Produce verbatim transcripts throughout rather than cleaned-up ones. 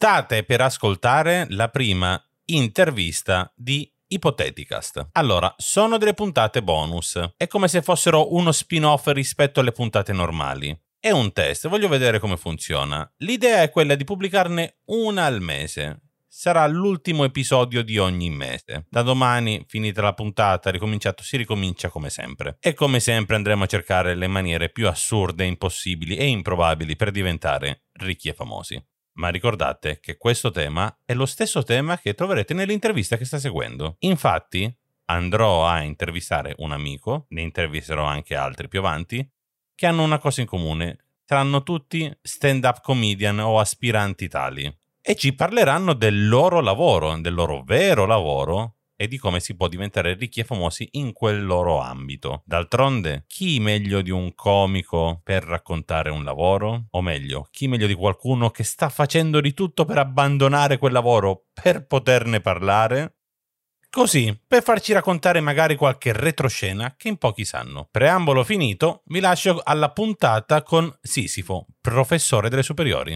State per ascoltare la prima intervista di Ipoteticast. Allora, sono delle puntate bonus. È come se fossero uno spin-off rispetto alle puntate normali. È un test, voglio vedere come funziona. L'idea è quella di pubblicarne una al mese. Sarà l'ultimo episodio di ogni mese. Da domani, finita la puntata, ricominciato, si ricomincia come sempre. E come sempre andremo a cercare le maniere più assurde, impossibili e improbabili per diventare ricchi e famosi. Ma ricordate che questo tema è lo stesso tema che troverete nell'intervista che sta seguendo. Infatti, andrò a intervistare un amico, ne intervisterò anche altri più avanti, che hanno una cosa in comune. Saranno tutti stand-up comedian o aspiranti tali. E ci parleranno del loro lavoro, del loro vero lavoro e di come si può diventare ricchi e famosi in quel loro ambito. D'altronde, chi meglio di un comico per raccontare un lavoro? O meglio, chi meglio di qualcuno che sta facendo di tutto per abbandonare quel lavoro per poterne parlare? Così, per farci raccontare magari qualche retroscena che in pochi sanno. Preambolo finito, vi lascio alla puntata con Sisifo, professore delle superiori.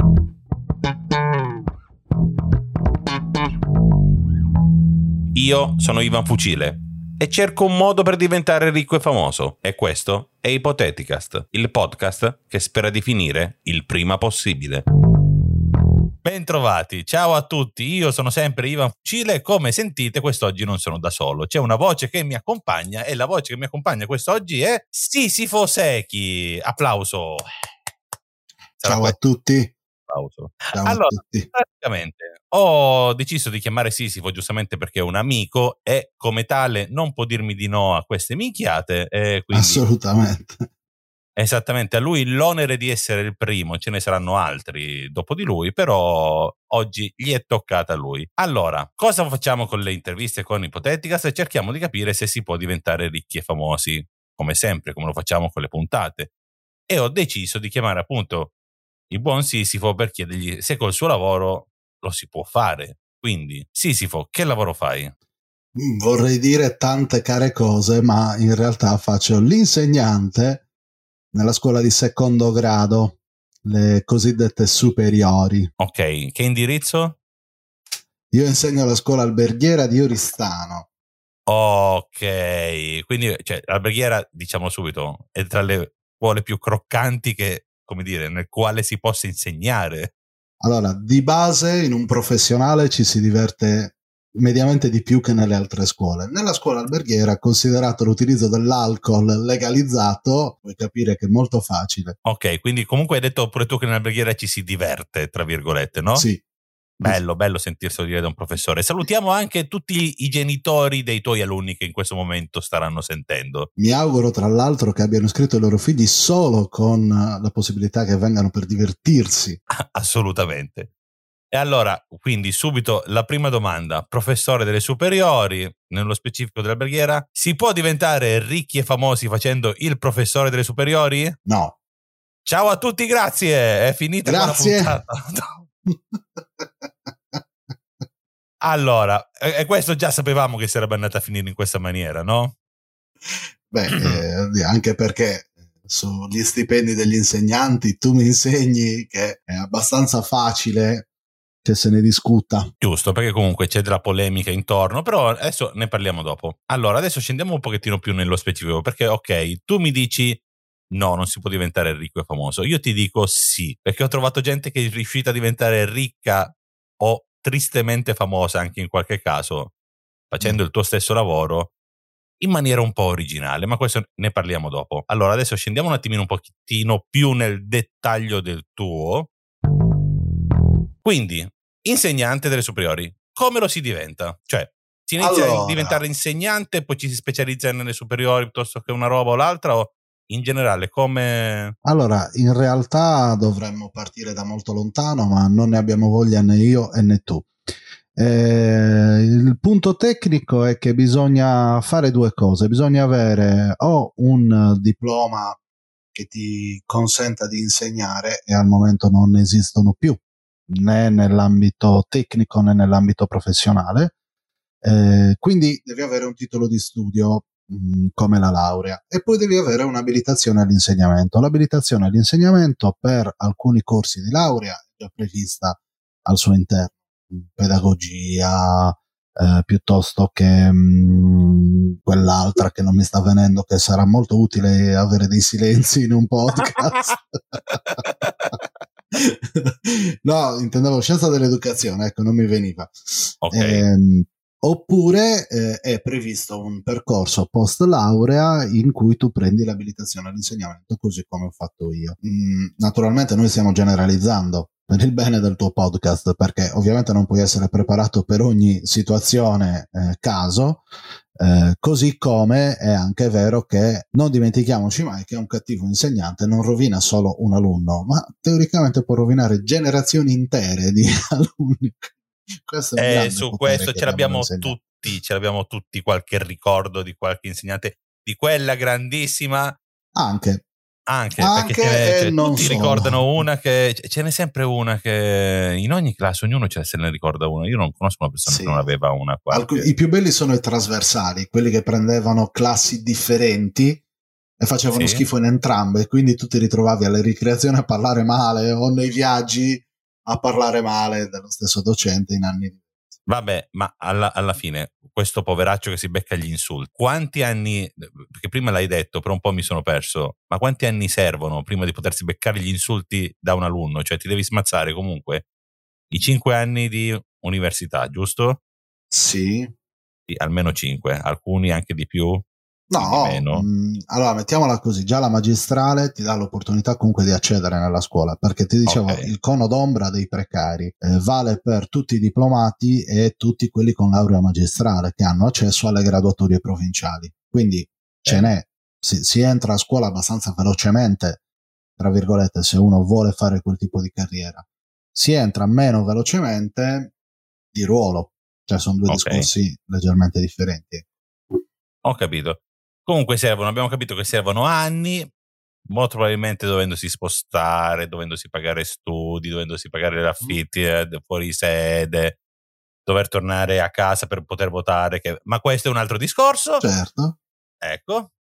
Io sono Ivan Fucile e cerco un modo per diventare ricco e famoso. E questo è Ipoteticast, il podcast che spera di finire il prima possibile. Bentrovati, ciao a tutti, io sono sempre Ivan Fucile e come sentite quest'oggi non sono da solo. C'è una voce che mi accompagna e la voce che mi accompagna quest'oggi è Sisifo Secchi. Applauso. Sarà ciao a tutti. Applauso. Ciao allora, a tutti. praticamente ho deciso di chiamare Sisifo giustamente perché è un amico e come tale non può dirmi di no a queste minchiate. E quindi, assolutamente. Esattamente, a lui l'onere di essere il primo, ce ne saranno altri dopo di lui, però oggi gli è toccata a lui. Allora, cosa facciamo con le interviste con Ipoteticast? E cerchiamo di capire se si può diventare ricchi e famosi, come sempre, come lo facciamo con le puntate. E ho deciso di chiamare appunto il buon Sisifo per chiedergli se col suo lavoro lo si può fare. Quindi, Sisifo, che lavoro fai? Vorrei dire tante care cose, ma in realtà faccio l'insegnante nella scuola di secondo grado, le cosiddette superiori. Ok, che indirizzo? Io insegno alla scuola alberghiera di Oristano. Ok, quindi cioè, l'alberghiera, diciamo subito, è tra le scuole più croccanti che, come dire, nel quale si possa insegnare. Allora, di base in un professionale ci si diverte mediamente di più che nelle altre scuole. Nella scuola alberghiera, considerato l'utilizzo dell'alcol legalizzato, puoi capire che è molto facile. Ok, quindi comunque hai detto pure tu che nell'alberghiera ci si diverte, tra virgolette, no? Sì. Bello, bello sentirselo dire da un professore. Salutiamo anche tutti i genitori dei tuoi alunni che in questo momento staranno sentendo. Mi auguro tra l'altro che abbiano iscritto i loro figli solo con la possibilità che vengano per divertirsi. Assolutamente. E allora, quindi subito la prima domanda, professore delle superiori, nello specifico dell'alberghiera, si può diventare ricchi e famosi facendo il professore delle superiori? No. Ciao a tutti, grazie, è finita grazie. la puntata. Allora, e questo già sapevamo che sarebbe andata a finire in questa maniera, no? Beh, eh, anche perché sugli stipendi degli insegnanti tu mi insegni che è abbastanza facile che se ne discuta. Giusto, perché comunque c'è della polemica intorno, però adesso ne parliamo dopo. Allora, adesso scendiamo un pochettino più nello specifico, perché ok, tu mi dici no, non si può diventare ricco e famoso. Io ti dico sì, perché ho trovato gente che è riuscita a diventare ricca o tristemente famosa anche in qualche caso, facendo mm. il tuo stesso lavoro in maniera un po' originale, ma questo ne parliamo dopo. Allora, adesso scendiamo un attimino un pochettino più nel dettaglio del tuo. Quindi, insegnante delle superiori, come lo si diventa? Cioè, si inizia allora. a diventare insegnante, poi ci si specializza nelle superiori piuttosto che una roba o l'altra, o in generale come... Allora, in realtà dovremmo partire da molto lontano, ma non ne abbiamo voglia né io né tu. Eh, il punto tecnico è che bisogna fare due cose. Bisogna avere o un diploma che ti consenta di insegnare, e al momento non esistono più, né nell'ambito tecnico né nell'ambito professionale, eh, quindi devi avere un titolo di studio mh, come la laurea, e poi devi avere un'abilitazione all'insegnamento. L'abilitazione all'insegnamento per alcuni corsi di laurea è già prevista al suo interno, pedagogia, eh, piuttosto che mh, quell'altra che non mi sta venendo, che sarà molto utile avere dei silenzi in un podcast. No, intendevo scienza dell'educazione, ecco, non mi veniva. Ok. Ehm, oppure eh, è previsto un percorso post laurea in cui tu prendi l'abilitazione all'insegnamento, così come ho fatto io. Mm, naturalmente noi stiamo generalizzando per il bene del tuo podcast, perché ovviamente non puoi essere preparato per ogni situazione, eh, caso, eh, così come è anche vero che non dimentichiamoci mai che un cattivo insegnante non rovina solo un alunno, ma teoricamente può rovinare generazioni intere di alunni. Questo è un Eh, grande su potere questo che ce abbiamo l'abbiamo noi insegnanti. tutti, ce l'abbiamo tutti qualche ricordo di qualche insegnante, di quella grandissima, Anche, anche perché ce n'è, anche e cioè, non tutti solo. ricordano una che, ce n'è sempre una che in ogni classe ognuno ce se ne ricorda una. Io non conosco una persona Sì. che non aveva una qualche. Alc- I più belli sono i trasversali, quelli che prendevano classi differenti e facevano Sì? schifo in entrambe, quindi tu ti ritrovavi alle ricreazioni a parlare male o nei viaggi a parlare male dello stesso docente in anni diversi. Vabbè, ma alla, alla fine questo poveraccio che si becca gli insulti, quanti anni, perché prima l'hai detto, però un po' mi sono perso, ma quanti anni servono prima di potersi beccare gli insulti da un alunno? Cioè ti devi smazzare comunque i cinque anni di università, giusto? Sì. Sì, almeno cinque, alcuni anche di più, di No, meno. mh, allora mettiamola così, già la magistrale ti dà l'opportunità comunque di accedere nella scuola, perché ti dicevo, Ok. il cono d'ombra dei precari eh, vale per tutti i diplomati e tutti quelli con laurea magistrale che hanno accesso alle graduatorie provinciali, quindi ce Eh. n'è, si, si entra a scuola abbastanza velocemente, tra virgolette, se uno vuole fare quel tipo di carriera. Si entra meno velocemente di ruolo, cioè sono due Ok. discorsi leggermente differenti. Ho capito. Comunque servono, abbiamo capito che servono anni, molto probabilmente dovendosi spostare, dovendosi pagare studi, dovendosi pagare gli affitti eh, fuori sede, dover tornare a casa per poter votare, che... ma questo è un altro discorso. Certo. Ecco.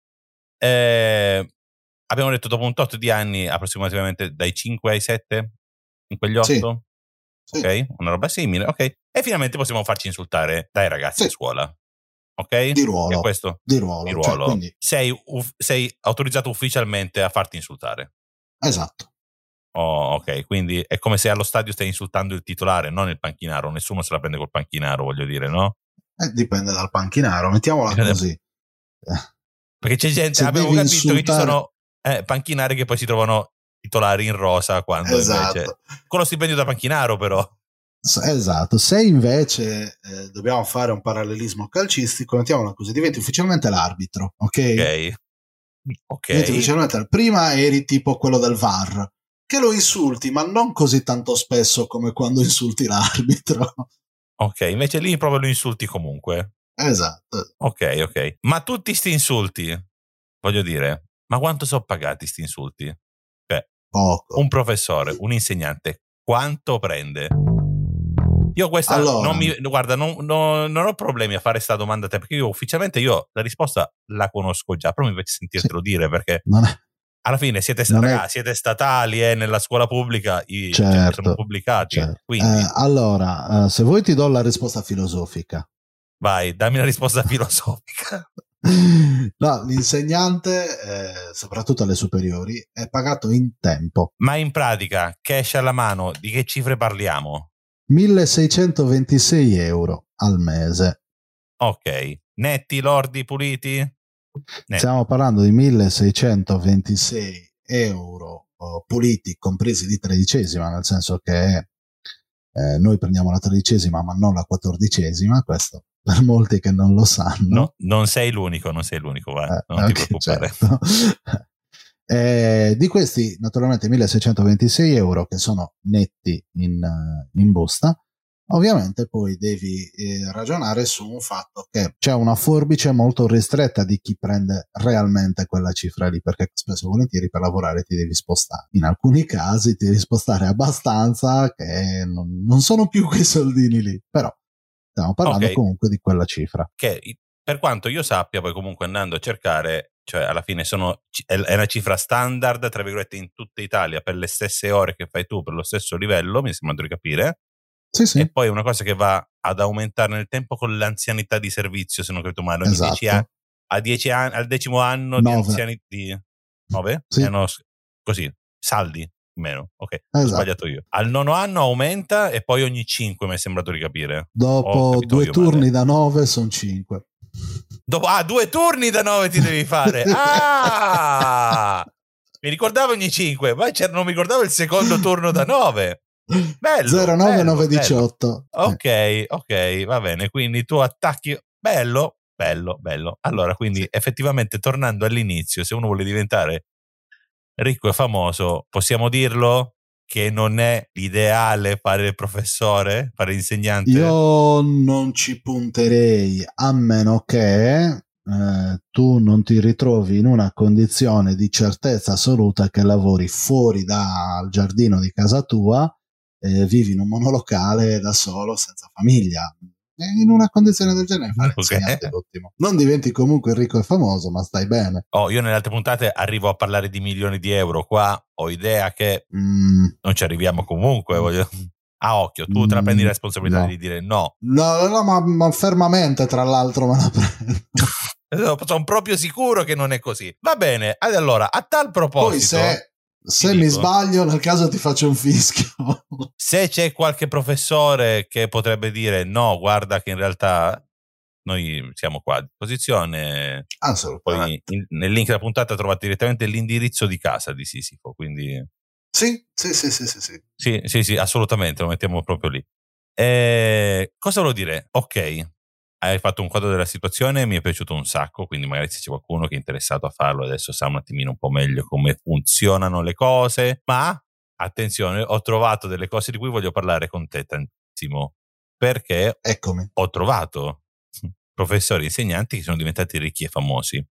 Eh, abbiamo detto dopo un tot di anni, approssimativamente dai cinque ai sette, in quegli Sì. otto, Sì. ok? Una roba simile, ok? E finalmente possiamo farci insultare dai ragazzi Sì. a scuola. Ok? Di ruolo. È questo? Di ruolo. Di ruolo. Cioè, quindi... sei, uff, sei autorizzato ufficialmente a farti insultare. Esatto. Oh, ok, quindi è come se allo stadio stai insultando il titolare, non il panchinaro. Nessuno se la prende col panchinaro, voglio dire, no? Eh, dipende dal panchinaro, mettiamola Dipende... così. Eh. Perché c'è gente, Se abbiamo devi capito insultare... che ci sono eh, panchinari che poi si trovano titolari in rosa quando Esatto. invece... Con lo stipendio da panchinaro però. Esatto, se invece eh, dobbiamo fare un parallelismo calcistico, mettiamola così, diventi ufficialmente l'arbitro, ok? Ok. Ok. Diventi ufficialmente, prima eri tipo quello del V A R, che lo insulti, ma non così tanto spesso come quando insulti l'arbitro. Ok, invece lì proprio lo insulti comunque. Esatto. Ok, ok. Ma tutti sti insulti, voglio dire, ma quanto sono pagati sti insulti? Cioè, poco. Un professore, un insegnante, quanto prende? Io questa allora, non mi guarda, non, non, non ho problemi a fare questa domanda a te, perché io ufficialmente io la risposta la conosco già, però mi piace sentirtelo sì, dire, perché non è, alla fine siete, non ragazzi, è... siete statali eh, nella scuola pubblica, i, certo, cioè, sono pubblicati. Certo. Quindi Eh, allora, eh, se vuoi ti do la risposta filosofica. vai, dammi la risposta filosofica. No, l'insegnante, eh, soprattutto alle superiori, è pagato in tempo. Ma in pratica, cash alla mano, di che cifre parliamo? milleseicentoventisei euro al mese. Ok, netti, lordi, puliti? Netti. Stiamo parlando di milleseicentoventisei euro oh, puliti, compresi di tredicesima, nel senso che eh, noi prendiamo la tredicesima ma non la quattordicesima, questo per molti che non lo sanno. No, non sei l'unico, non sei l'unico, va, eh, non okay, ti preoccupare. Certo. Eh, di questi naturalmente milleseicentoventisei euro che sono netti in, in busta, ovviamente poi devi eh, ragionare su un fatto che c'è una forbice molto ristretta di chi prende realmente quella cifra lì, perché spesso e volentieri per lavorare ti devi spostare, in alcuni casi ti devi spostare abbastanza che non, non sono più quei soldini lì, però stiamo parlando okay. comunque di quella cifra che per quanto io sappia poi comunque andando a cercare, cioè alla fine sono, è una cifra standard tra virgolette in tutta Italia per le stesse ore che fai tu, per lo stesso livello, mi sembra di capire, Sì, sì. E poi è una cosa che va ad aumentare nel tempo con l'anzianità di servizio, se non credo male. Ogni Esatto. dieci anni, a dieci anni, al decimo anno Nove. di anzianità di nove? Sì. Eh, no, così, saldi meno. Ok, esatto. Ho sbagliato io. Al nono anno aumenta e poi ogni cinque, mi è sembrato di capire. Dopo due turni male. Da nove sono cinque. Dopo, ah, due turni da nove ti devi fare. Ah! Mi ricordavo ogni cinque, ma non mi ricordavo il secondo turno da nove. Bello, zero nove nove diciotto. Ok, ok, va bene. Quindi tu attacchi. Bello, bello, bello. Allora, quindi sì. Effettivamente, tornando all'inizio, se uno vuole diventare ricco e famoso, possiamo dirlo che non è l'ideale fare il professore, fare l'insegnante? Io non ci punterei, a meno che eh, tu non ti ritrovi in una condizione di certezza assoluta che lavori fuori dal giardino di casa tua, eh, vivi in un monolocale da solo, senza famiglia. In una condizione del genere fare okay. Insegnante è ottimo. Non diventi comunque ricco e famoso, ma stai bene. Oh, io nelle altre puntate arrivo a parlare di milioni di euro. Qua ho idea che mm. non ci arriviamo comunque. Voglio... Ah, occhio, tu te la prendi la responsabilità no. di dire no. No, no, ma, ma fermamente, tra l'altro, me la prendo. Sono proprio sicuro che non è così. Va bene, allora, a tal proposito... Poi se... Se mi dico, sbaglio, nel caso ti faccio un fischio. Se c'è qualche professore che potrebbe dire no, guarda che in realtà noi siamo qua a disposizione. Assolutamente. Poi in, nel link della puntata trovate direttamente l'indirizzo di casa di Sisifo, quindi... Sì, sì, sì, sì, sì. Sì, sì, sì, sì, assolutamente, lo mettiamo proprio lì. E cosa volevo dire? Ok, hai fatto un quadro della situazione, mi è piaciuto un sacco, quindi magari se c'è qualcuno che è interessato a farlo adesso sa un attimino un po' meglio come funzionano le cose, ma attenzione, ho trovato delle cose di cui voglio parlare con te tantissimo, perché Eccomi. ho trovato professori e insegnanti che sono diventati ricchi e famosi.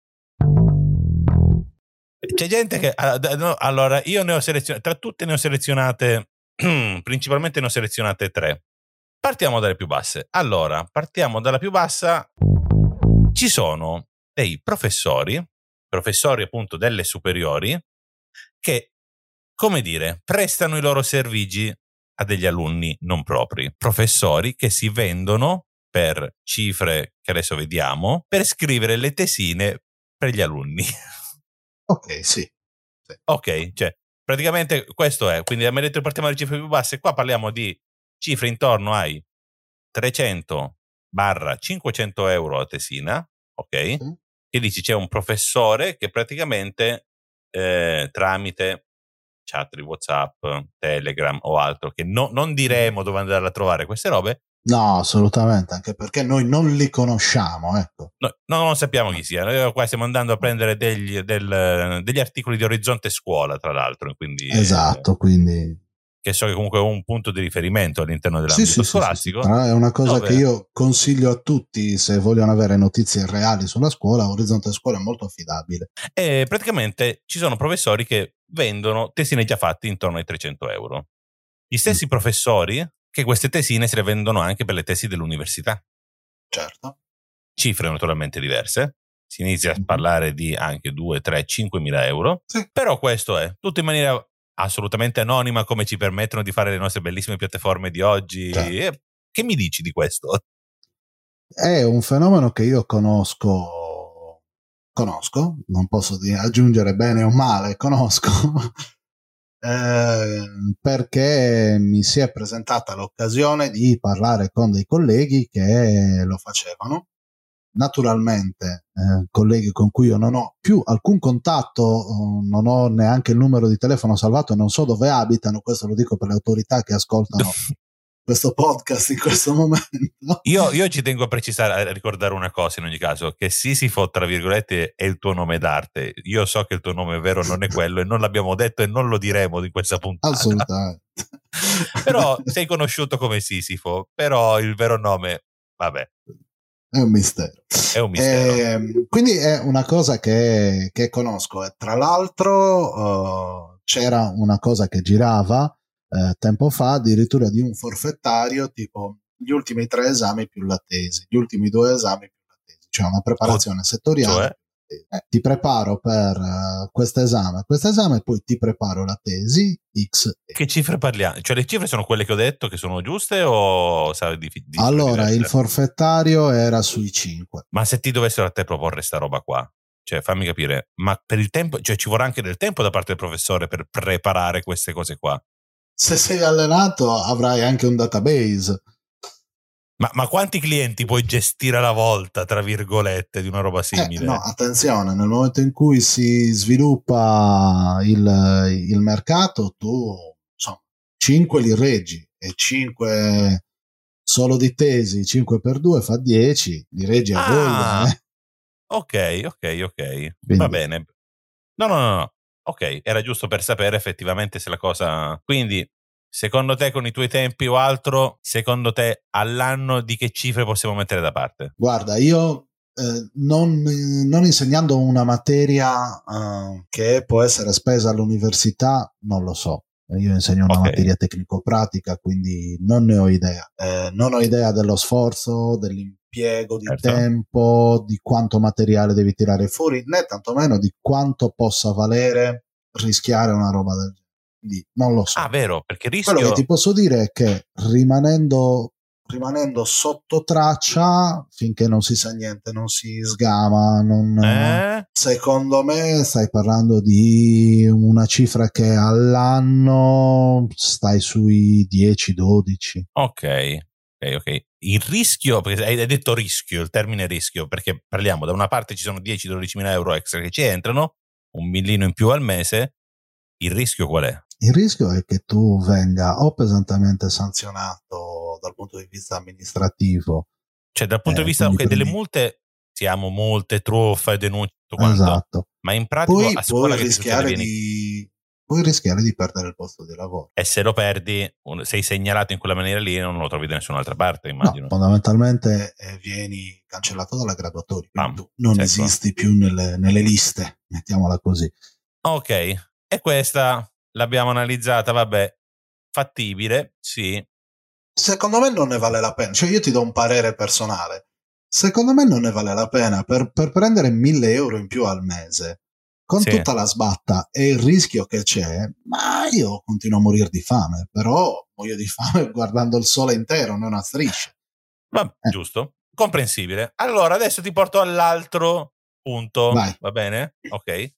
C'è gente che, allora io ne ho selezionate, tra tutte ne ho selezionate, principalmente ne ho selezionate tre. Partiamo dalle più basse. Allora, partiamo dalla più bassa. Ci sono dei professori, professori appunto delle superiori, che, come dire, prestano i loro servigi a degli alunni non propri. Professori che si vendono per cifre che adesso vediamo, per scrivere le tesine per gli alunni. Ok, sì. sì. Ok, cioè, praticamente questo è. Quindi abbiamo detto che partiamo dalle cifre più basse, qua parliamo di cifre intorno ai trecento cinquecento euro a tesina, ok? Mm. Che dici c'è un professore che praticamente eh, tramite chat di WhatsApp, Telegram o altro, che no, non diremo dove andare a trovare queste robe. No, assolutamente, anche perché noi non li conosciamo, ecco. No, no, non sappiamo chi sia. Noi qua stiamo andando a prendere degli, del, degli articoli di Orizzonte Scuola, tra l'altro, quindi, esatto, quindi che so che comunque è un punto di riferimento all'interno dell'ambito sì, sì, scolastico. Sì, sì, sì. È una cosa dove... che io consiglio a tutti se vogliono avere notizie reali sulla scuola. Orizzonte Scuola è molto affidabile. E praticamente ci sono professori che vendono tesine già fatte intorno ai trecento euro. Gli stessi mm. professori che queste tesine se le vendono anche per le tesi dell'università. Certo. Cifre naturalmente diverse. Si inizia mm-hmm. a parlare di anche due, tre, cinque mila euro. Sì. Però questo è tutto in maniera assolutamente anonima, come ci permettono di fare le nostre bellissime piattaforme di oggi. Certo. Che mi dici di questo? È un fenomeno che io conosco, conosco, non posso dire, aggiungere bene o male, conosco, eh, perché mi si è presentata l'occasione di parlare con dei colleghi che lo facevano. Naturalmente eh, colleghi con cui io non ho più alcun contatto, non ho neanche il numero di telefono salvato e non so dove abitano, questo lo dico per le autorità che ascoltano questo podcast in questo momento. Io, io ci tengo a precisare, a ricordare una cosa in ogni caso, che Sisifo tra virgolette è il tuo nome d'arte. Io so che il tuo nome vero non è quello e non l'abbiamo detto e non lo diremo in questa puntata. Assolutamente. Però sei conosciuto come Sisifo, però il vero nome, vabbè. È un mistero. È un mistero. Eh, quindi è una cosa che, che conosco. E tra l'altro uh, c'era una cosa che girava eh, tempo fa, addirittura di un forfettario tipo gli ultimi tre esami più la tesi, gli ultimi due esami più la tesi, cioè una preparazione Co- settoriale. Cioè? tesi. Eh, ti preparo per uh, questo esame, questo esame, poi ti preparo la tesi X. Che cifre parliamo? Cioè le cifre sono quelle che ho detto che sono giuste o sai di, di allora il forfettario era sui cinque. Ma se ti dovessero a te proporre sta roba qua, cioè fammi capire, ma per il tempo, cioè ci vorrà anche del tempo da parte del professore per preparare queste cose qua? Se sei allenato avrai anche un database. Ma, ma quanti clienti puoi gestire alla volta, tra virgolette, di una roba simile? Eh, no, attenzione, nel momento in cui si sviluppa il, il mercato, tu insomma, cinque li reggi e cinque solo di tesi, cinque per due fa dieci, li reggi a ah, voglia. Eh? Ok, ok, ok, quindi. Va bene. No, no, no, no, ok, era giusto per sapere effettivamente se la cosa... Quindi... Secondo te con i tuoi tempi o altro, secondo te all'anno di che cifre possiamo mettere da parte? Guarda, io eh, non, non insegnando una materia uh, che può essere spesa all'università, non lo so. Io insegno una okay. materia tecnico-pratica, quindi non ne ho idea. Eh, non ho idea dello sforzo, dell'impiego di certo. tempo, di quanto materiale devi tirare fuori, né tantomeno di quanto possa valere rischiare una roba del genere. Quindi non lo so. Ah, vero, perché rischio... Quello che ti posso dire è che rimanendo, rimanendo sotto traccia, finché non si sa niente, non si sgama, non, eh? secondo me stai parlando di una cifra che all'anno stai sui dieci dodici. Ok, ok, ok. Il rischio, perché hai detto rischio, il termine rischio, perché parliamo, da una parte ci sono dieci dodici mila euro extra che ci entrano, un millino in più al mese, il rischio qual è? Il rischio è che tu venga o pesantemente sanzionato dal punto di vista amministrativo. Cioè dal punto eh, di vista okay, prendi... delle multe, siamo multe, truffe, denunce, tutto quanto. Esatto. Ma in pratica poi a scuola puoi che rischiare, vieni... di... puoi rischiare di perdere il posto di lavoro. E se lo perdi, sei segnalato in quella maniera lì, non lo trovi da nessun'altra parte, immagino. No, fondamentalmente eh, vieni cancellato dalla graduatoria. Quindi tu non secco. esisti più nelle, nelle liste, mettiamola così. Ok, e questa... L'abbiamo analizzata, vabbè, fattibile, sì. Secondo me non ne vale la pena, cioè io ti do un parere personale. Secondo me non ne vale la pena per, per prendere mille euro in più al mese, con sì. tutta la sbatta e il rischio che c'è, ma io continuo a morire di fame, però muoio di fame guardando il sole intero, non a strisce. Va, eh. Giusto, comprensibile. Allora adesso ti porto all'altro punto, Vai. Va bene? Ok.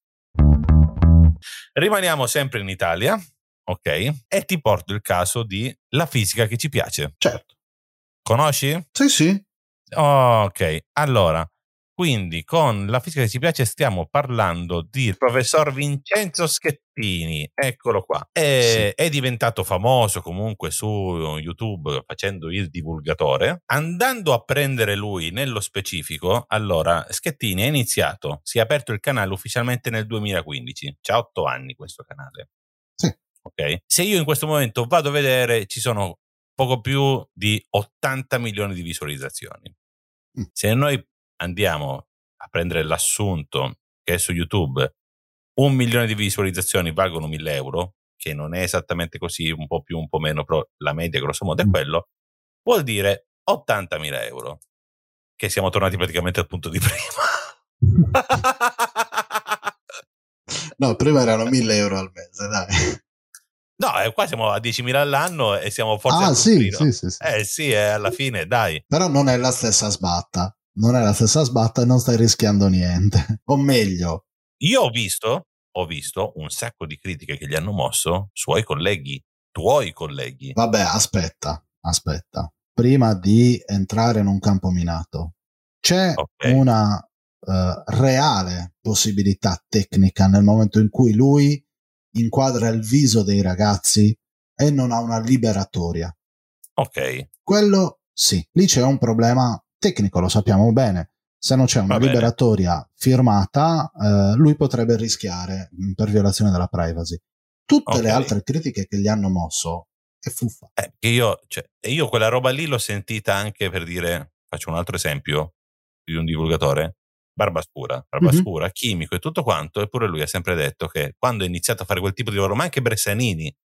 Rimaniamo sempre in Italia, ok? E ti porto il caso di La fisica che ci piace. Certo. Conosci? Sì, sì. Ok, allora, quindi con La fisica che ci piace stiamo parlando di professor Vincenzo Schettini, eccolo qua. È, sì. È diventato famoso comunque su YouTube facendo il divulgatore. Andando a prendere lui nello specifico, allora, Schettini ha iniziato, si è aperto il canale ufficialmente nel duemilaquindici, c'ha otto anni questo canale. Sì. Ok? Se io in questo momento vado a vedere, ci sono poco più di ottanta milioni di visualizzazioni. Mm. Se noi andiamo a prendere l'assunto che su YouTube un milione di visualizzazioni valgono mille euro, che non è esattamente così, un po' più, un po' meno, però la media grosso modo è quello, vuol dire ottantamila euro, che siamo tornati praticamente al punto di prima. No, prima erano mille euro al mese, dai. No, eh, qua siamo a diecimila all'anno e siamo forse ah, al sì, sì, sì, sì. Eh sì, eh, alla fine, dai. Però non è la stessa sbatta. Non è la stessa sbatta e non stai rischiando niente. O meglio. Io ho visto, ho visto un sacco di critiche che gli hanno mosso suoi colleghi, tuoi colleghi. Vabbè, aspetta, aspetta. Prima di entrare in un campo minato, c'è okay. una uh, reale possibilità tecnica nel momento in cui lui inquadra il viso dei ragazzi e non ha una liberatoria. Ok. Quello sì, lì c'è un problema tecnico, lo sappiamo bene. Se non c'è una Va liberatoria bene. firmata, eh, lui potrebbe rischiare per violazione della privacy. Tutte okay. le altre critiche che gli hanno mosso è fuffa. Eh, che io, cioè, io quella roba lì l'ho sentita anche per dire, faccio un altro esempio di un divulgatore, Barbascura, Barbascura, mm-hmm. chimico e tutto quanto, eppure lui ha sempre detto che quando ha iniziato a fare quel tipo di lavoro, ma anche Bressanini,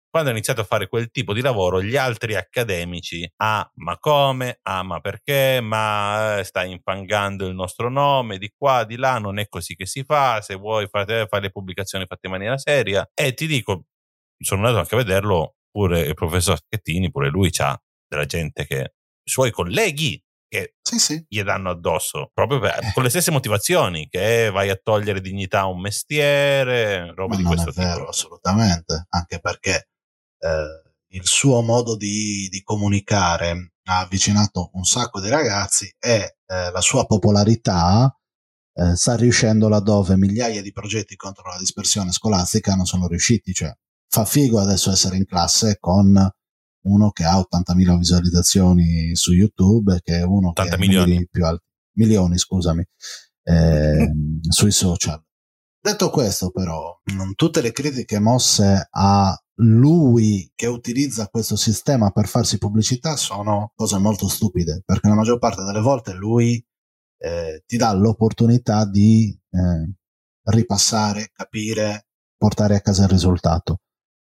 quando ha iniziato a fare quel tipo di lavoro, gli altri accademici, ah, ma come? Ah, ma perché? Ma eh, stai infangando il nostro nome di qua, di là, non è così che si fa, se vuoi fare, fare le pubblicazioni fatte in maniera seria. E ti dico, sono andato anche a vederlo, pure il professor Schettini, pure lui c'ha della gente che, i suoi colleghi, che sì, sì. gli danno addosso, proprio per, con le stesse motivazioni, che vai a togliere dignità a un mestiere, roba ma di non questo è vero, tipo. assolutamente, anche perché eh, il suo modo di, di comunicare ha avvicinato un sacco di ragazzi e eh, la sua popolarità eh, sta riuscendo laddove migliaia di progetti contro la dispersione scolastica non sono riusciti, cioè fa figo adesso essere in classe con uno che ha ottantamila visualizzazioni su YouTube e che è uno che ha i numeri più alti, milioni scusami, eh, sui social. Detto questo, però, non tutte le critiche mosse a lui che utilizza questo sistema per farsi pubblicità sono cose molto stupide, perché la maggior parte delle volte lui eh, ti dà l'opportunità di eh, ripassare, capire, portare a casa il risultato.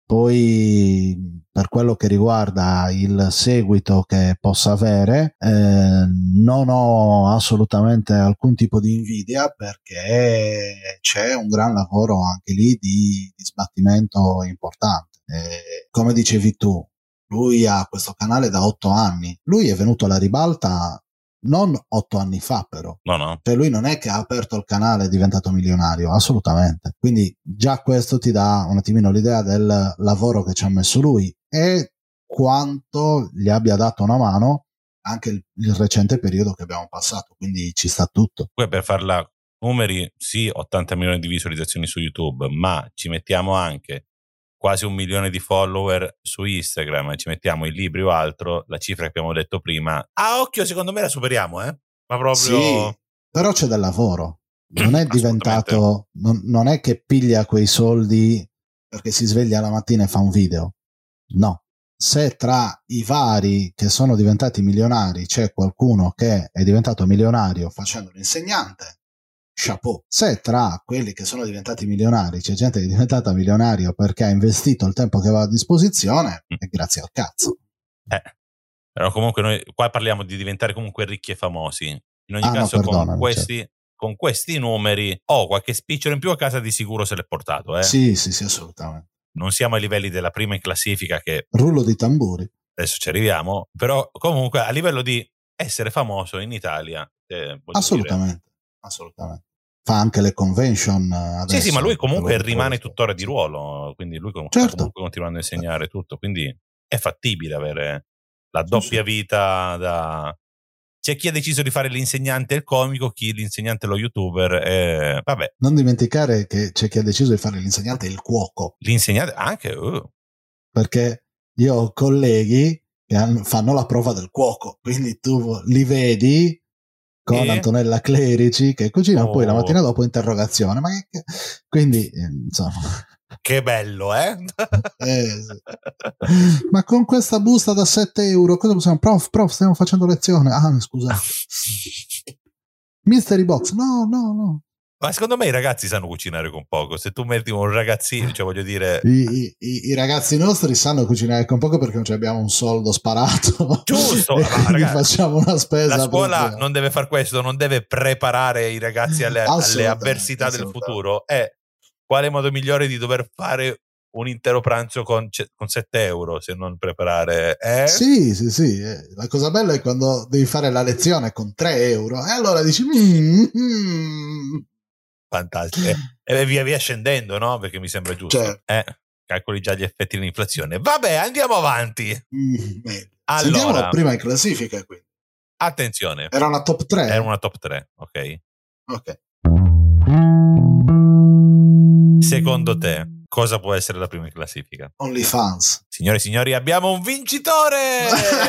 Poi, per quello che riguarda il seguito che possa avere, eh, non ho assolutamente alcun tipo di invidia, perché c'è un gran lavoro anche lì di, di sbattimento importante. Eh, come dicevi tu, lui ha questo canale da otto anni. Lui è venuto alla ribalta non otto anni fa, però. No, no. Cioè lui non è che ha aperto il canale e è diventato milionario, assolutamente. Quindi già questo ti dà un attimino l'idea del lavoro che ci ha messo lui e quanto gli abbia dato una mano anche il, il recente periodo che abbiamo passato, quindi ci sta tutto. Poi per farla numeri, sì, ottanta milioni di visualizzazioni su YouTube, ma ci mettiamo anche quasi un milione di follower su Instagram, ci mettiamo i libri o altro, la cifra che abbiamo detto prima, a occhio secondo me la superiamo, eh? Ma proprio... Sì, però c'è del lavoro, non è diventato, non, non è che piglia quei soldi perché si sveglia la mattina e fa un video, no. Se tra i vari che sono diventati milionari c'è qualcuno che è diventato milionario facendo l'insegnante, chapeau. Se tra quelli che sono diventati milionari c'è gente che è diventata milionaria perché ha investito il tempo che aveva a disposizione, è grazie al cazzo. Eh, però comunque noi qua parliamo di diventare comunque ricchi e famosi. In ogni ah, caso no, con questi, certo. con questi numeri, oh, qualche spicciolo in più a casa di sicuro se l'è portato. Eh? Sì, sì, sì, assolutamente. Non siamo ai livelli della prima in classifica che... Rullo di tamburi. Adesso ci arriviamo, però comunque a livello di essere famoso in Italia... Eh, assolutamente, dire, assolutamente. Fa anche le convention adesso. Sì, sì, ma lui comunque rimane tuttora di ruolo, quindi lui comunque, certo. comunque continuando a insegnare tutto, quindi è fattibile avere la doppia sì, sì. vita da... C'è chi ha deciso di fare l'insegnante e il comico, chi l'insegnante e lo youtuber e vabbè. Non dimenticare che c'è chi ha deciso di fare l'insegnante e il cuoco. L'insegnante anche? Uh. Perché io ho colleghi che hanno, fanno la prova del cuoco, quindi tu li vedi con e? Antonella Clerici che cucina, oh. poi la mattina dopo interrogazione. Ma che... Quindi, insomma... Che bello, eh? eh sì. Ma con questa busta da sette euro cosa possiamo? Prof, prof, stiamo facendo lezione. Ah, scusate. Mystery box, no, no, no. Ma secondo me i ragazzi sanno cucinare con poco. Se tu metti un ragazzino, cioè voglio dire... I, i, i ragazzi nostri sanno cucinare con poco perché non abbiamo un soldo sparato. Giusto, e ma ragazzi, facciamo una spesa. La scuola proprio. non deve far questo, non deve preparare i ragazzi alle, alle avversità del futuro. È quale modo migliore di dover fare un intero pranzo con, con sette euro se non preparare? Eh? Sì, sì, sì. La cosa bella è quando devi fare la lezione con tre euro e allora dici... Mm, mm. Fantastico. E, e via via scendendo, no? Perché mi sembra giusto. Certo. Eh, calcoli già gli effetti dell'inflazione. Vabbè, andiamo avanti. Mm, allora, sentiamo prima in classifica qui. Attenzione. Era una top tre? Era una top tre, ok? Ok. Secondo te, cosa può essere la prima in classifica? OnlyFans. Signore e signori, abbiamo un vincitore!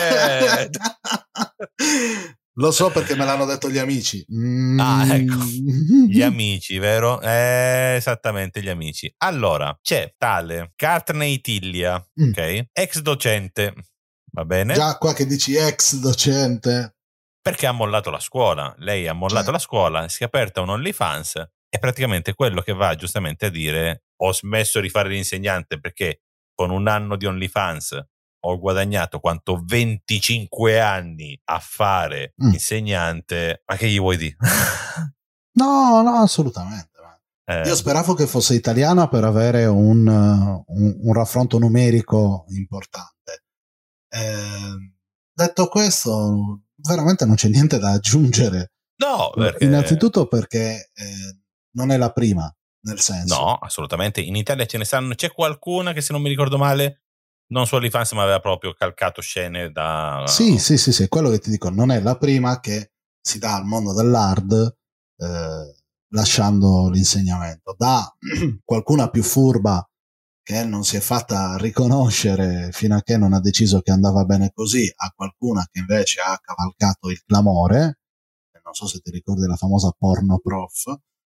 Lo so perché me l'hanno detto gli amici. Mm. Ah, ecco. Gli amici, vero? Eh, esattamente, gli amici. Allora, c'è tale Courtney Tillia, mm. ok? Ex docente, va bene? Già qua che dici ex docente. Perché ha mollato la scuola. Lei ha mollato cioè. la scuola, si è aperta un OnlyFans. È praticamente quello che va giustamente a dire ho smesso di fare l'insegnante perché con un anno di OnlyFans ho guadagnato quanto venticinque anni a fare mm. insegnante, ma che gli vuoi dire? No, no, assolutamente. Eh. Io speravo che fosse italiana per avere un, un, un raffronto numerico importante. Eh, detto questo, veramente non c'è niente da aggiungere. No, perché... innanzitutto perché eh, non è la prima, nel senso. No, assolutamente. In Italia ce ne stanno, c'è qualcuna che, se non mi ricordo male, non su OnlyFans, ma aveva proprio calcato scene da... Sì, sì, sì, sì, quello che ti dico, non è la prima che si dà al mondo dell'hard eh, lasciando l'insegnamento. Da qualcuna più furba che non si è fatta riconoscere fino a che non ha deciso che andava bene così, a qualcuna che invece ha cavalcato il clamore. Non so se ti ricordi la famosa porno prof,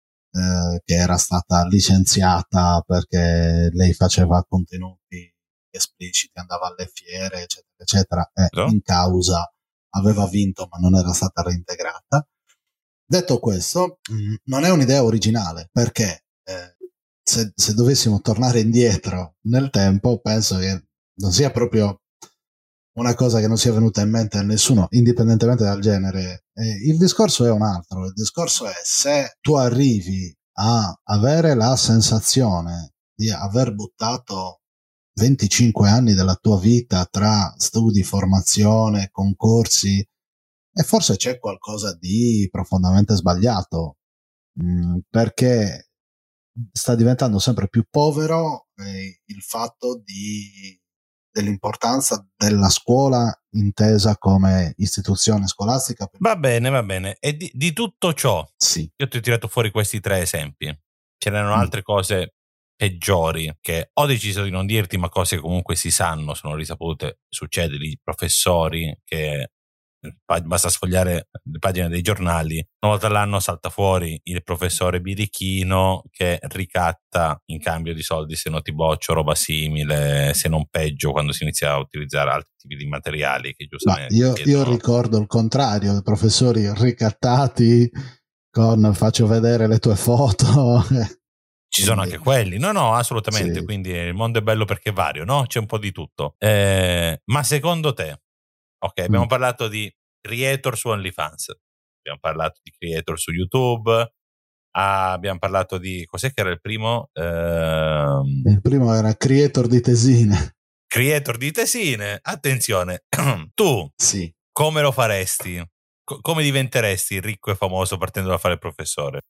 eh, che era stata licenziata perché lei faceva contenuti espliciti, andava alle fiere, eccetera, eccetera, e no? in causa aveva vinto ma non era stata reintegrata. Detto questo, mh, non è un'idea originale, perché eh, se, se dovessimo tornare indietro nel tempo, penso che non sia proprio una cosa che non sia venuta in mente a nessuno, indipendentemente dal genere. Eh, il discorso è un altro. Il discorso è se tu arrivi a avere la sensazione di aver buttato venticinque anni della tua vita tra studi, formazione, concorsi, e forse c'è qualcosa di profondamente sbagliato, mh, perché sta diventando sempre più povero eh, il fatto di dell'importanza della scuola intesa come istituzione scolastica. Va bene, va bene. E di, di tutto ciò, sì. io ti ho tirato fuori questi tre esempi. Ce n'erano mm. altre cose peggiori che ho deciso di non dirti, ma cose che comunque si sanno, sono risapute. Succede di professori che basta sfogliare le pagine dei giornali, una volta all'anno salta fuori il professore birichino che ricatta in cambio di soldi se non ti boccio, roba simile, se non peggio, quando si inizia a utilizzare altri tipi di materiali che giustamente io, chiedono... io ricordo il contrario, professori ricattati con faccio vedere le tue foto. Ci sono anche quelli, no no assolutamente, sì. Quindi il mondo è bello perché è vario, no? C'è un po' di tutto. Eh, ma secondo te, ok, abbiamo mm. parlato di creator su OnlyFans, abbiamo parlato di creator su YouTube, ah, abbiamo parlato di... cos'è che era il primo? Ehm... Il primo era creator di tesine. Creator di tesine, attenzione, tu sì. come lo faresti? Co- come diventeresti ricco e famoso partendo da fare il professore?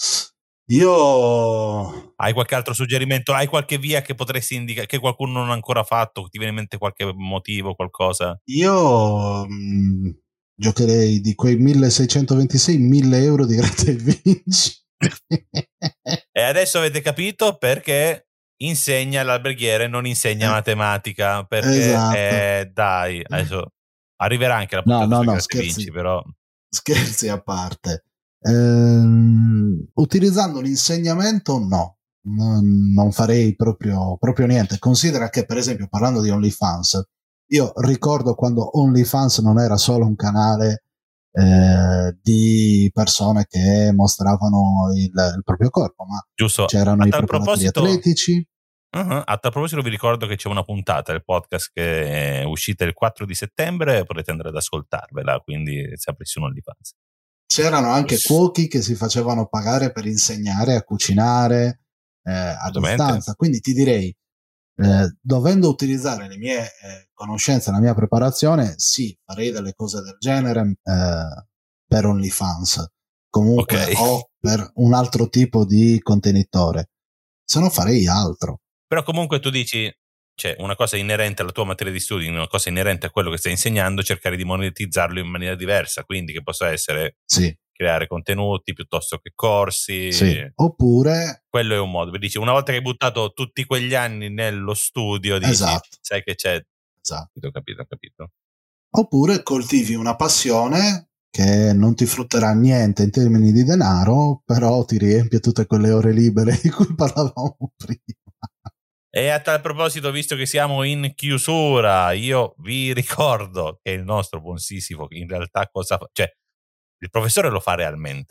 Io... Hai qualche altro suggerimento? Hai qualche via che potresti indicare, che qualcuno non ha ancora fatto? Ti viene in mente qualche motivo, qualcosa? Io mh, giocherei di quei milleseicentoventisei mille euro di gratta e vinci. E adesso avete capito perché insegna l'alberghiere, non insegna eh, matematica, perché esatto. eh, dai, adesso arriverà anche la puntata no, no, sui no, gratta e scherzi, vinci, però scherzi a parte. Ehm, utilizzando l'insegnamento no, non, non farei proprio, proprio niente. Considera che, per esempio, parlando di OnlyFans, io ricordo quando OnlyFans non era solo un canale eh, di persone che mostravano il, il proprio corpo, ma giusto. c'erano a i tal preparatori proposito, atletici. Uh-huh. A tal proposito vi ricordo che c'è una puntata del podcast che è uscita il quattro di settembre, potete andare ad ascoltarvela, quindi sempre su OnlyFans. C'erano anche cuochi che si facevano pagare per insegnare a cucinare eh, a distanza, quindi ti direi, eh, dovendo utilizzare le mie eh, conoscenze, la mia preparazione, sì, farei delle cose del genere eh, per OnlyFans, comunque, okay. O per un altro tipo di contenitore, se no farei altro. Però comunque tu dici, cioè, una cosa inerente alla tua materia di studi, una cosa inerente a quello che stai insegnando, cercare di monetizzarlo in maniera diversa, quindi che possa essere sì. creare contenuti piuttosto che corsi. Sì. Oppure quello è un modo, dici, una volta che hai buttato tutti quegli anni nello studio, dici, esatto. sai che c'è. Esatto. Ho capito, ho capito. Oppure coltivi una passione che non ti frutterà niente in termini di denaro, però ti riempie tutte quelle ore libere di cui parlavamo prima. E a tal proposito, visto che siamo in chiusura, io vi ricordo che il nostro buon Sisifo in realtà cosa fa? Cioè, il professore lo fa realmente,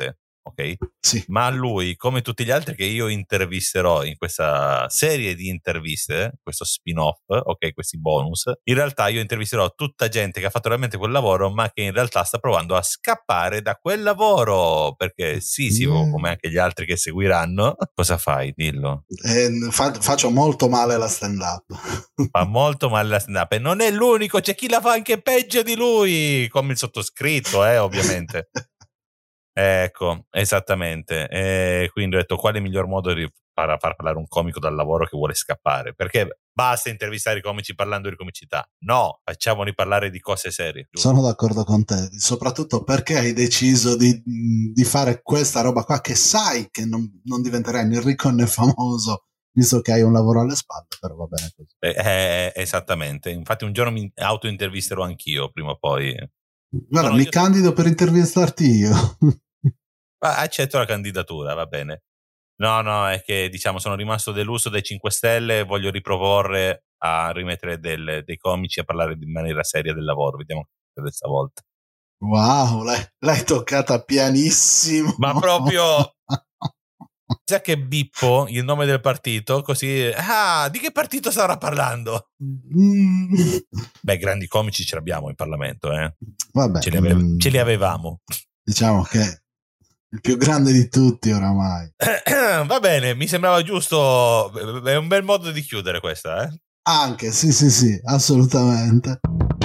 ok? Sì. Ma lui, come tutti gli altri che io intervisterò in questa serie di interviste, questo spin-off, ok, questi bonus, in realtà io intervisterò tutta gente che ha fatto realmente quel lavoro, ma che in realtà sta provando a scappare da quel lavoro, perché Sisifo, Yeah. come anche gli altri che seguiranno, cosa fai? Dillo. Eh, fa- faccio molto male la stand-up. Fa molto male la stand-up e non è l'unico, c'è chi la fa anche peggio di lui, come il sottoscritto, eh, ovviamente. Ecco, esattamente. E quindi ho detto, quale miglior modo di far, far parlare un comico dal lavoro che vuole scappare? Perché basta intervistare i comici parlando di comicità. No, facciamoli parlare di cose serie. Giusto? Sono d'accordo con te, soprattutto perché hai deciso di, di fare questa roba qua che sai che non, non diventerai né ricco né famoso, visto che hai un lavoro alle spalle, però va bene così. Eh, eh, esattamente, infatti un giorno mi auto-intervisterò anch'io, prima o poi. Guarda, Sono mi io... candido per intervistarti io. Accetto la candidatura, va bene. No, no, è che diciamo sono rimasto deluso dai cinque Stelle e voglio riproporre a rimettere del, dei comici a parlare in maniera seria del lavoro. Vediamo questa volta. Wow, l'hai, l'hai toccata pianissimo. Ma proprio... Sa che bippo il nome del partito, così... Ah, di che partito starà parlando? Mm. Beh, grandi comici ce l'abbiamo in Parlamento, eh. Vabbè, Ce li, ave- mm, ce li avevamo. Diciamo che il più grande di tutti oramai. Va bene, mi sembrava giusto, è un bel modo di chiudere questa, eh? Anche, sì, sì, sì, assolutamente.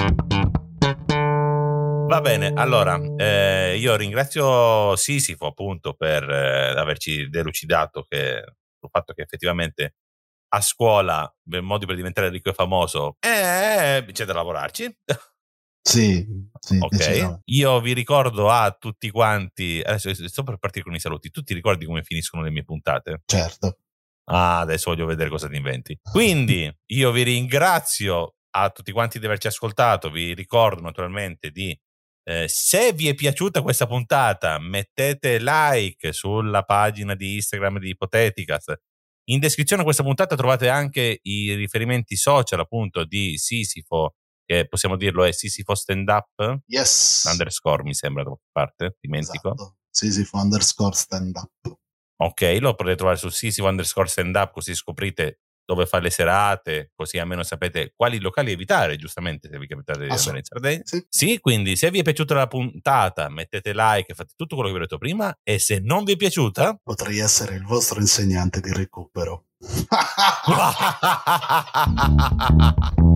Va bene, allora, eh, io ringrazio Sisifo appunto per eh, averci delucidato che, sul fatto che effettivamente a scuola, per modi per diventare ricco e famoso, eh, c'è da lavorarci. Sì, sì, Ok, io vi ricordo a tutti quanti, adesso sto per partire con i saluti, tu ti ricordi come finiscono le mie puntate? Certo. Ah, adesso voglio vedere cosa ti inventi. Quindi io vi ringrazio a tutti quanti di averci ascoltato, vi ricordo naturalmente di eh, se vi è piaciuta questa puntata mettete like sulla pagina di Instagram di Ipoteticast. In descrizione a questa puntata trovate anche i riferimenti social appunto di Sisifo, che possiamo dirlo è Sisifo Stand Up, Yes. underscore mi sembra da parte, dimentico. Esatto. Sisifo underscore stand up. Ok, lo potete trovare su Sisifo underscore stand up, così scoprite dove fare le serate, così almeno sapete quali locali evitare, giustamente, se vi capitate di andare in Sardegna. Sì. Sì, quindi se vi è piaciuta la puntata mettete like, fate tutto quello che vi ho detto prima, e se non vi è piaciuta potrei essere il vostro insegnante di recupero.